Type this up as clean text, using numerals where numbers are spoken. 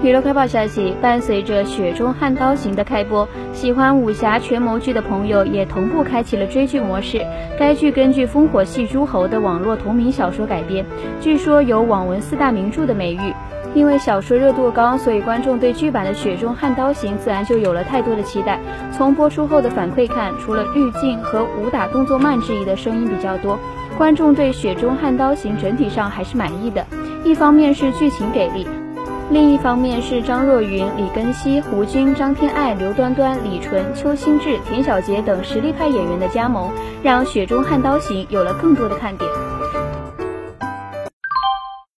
娱乐快报消息，伴随着《雪中悍刀行》的开播，喜欢武侠权谋剧的朋友也同步开启了追剧模式。该剧根据烽火戏诸侯的网络同名小说改编，据说有网文4大名著的美誉。因为小说热度高，所以观众对剧版的《雪中悍刀行》自然就有了太多的期待。从播出后的反馈看，除了滤镜和武打动作慢之疑的声音比较多，观众对《雪中悍刀行》整体上还是满意的。一方面是剧情给力，另一方面是张若昀、李根熙、胡军、张天爱、刘端端、李纯、邱心志、田小杰等实力派演员的加盟，让《雪中悍刀行》有了更多的看点。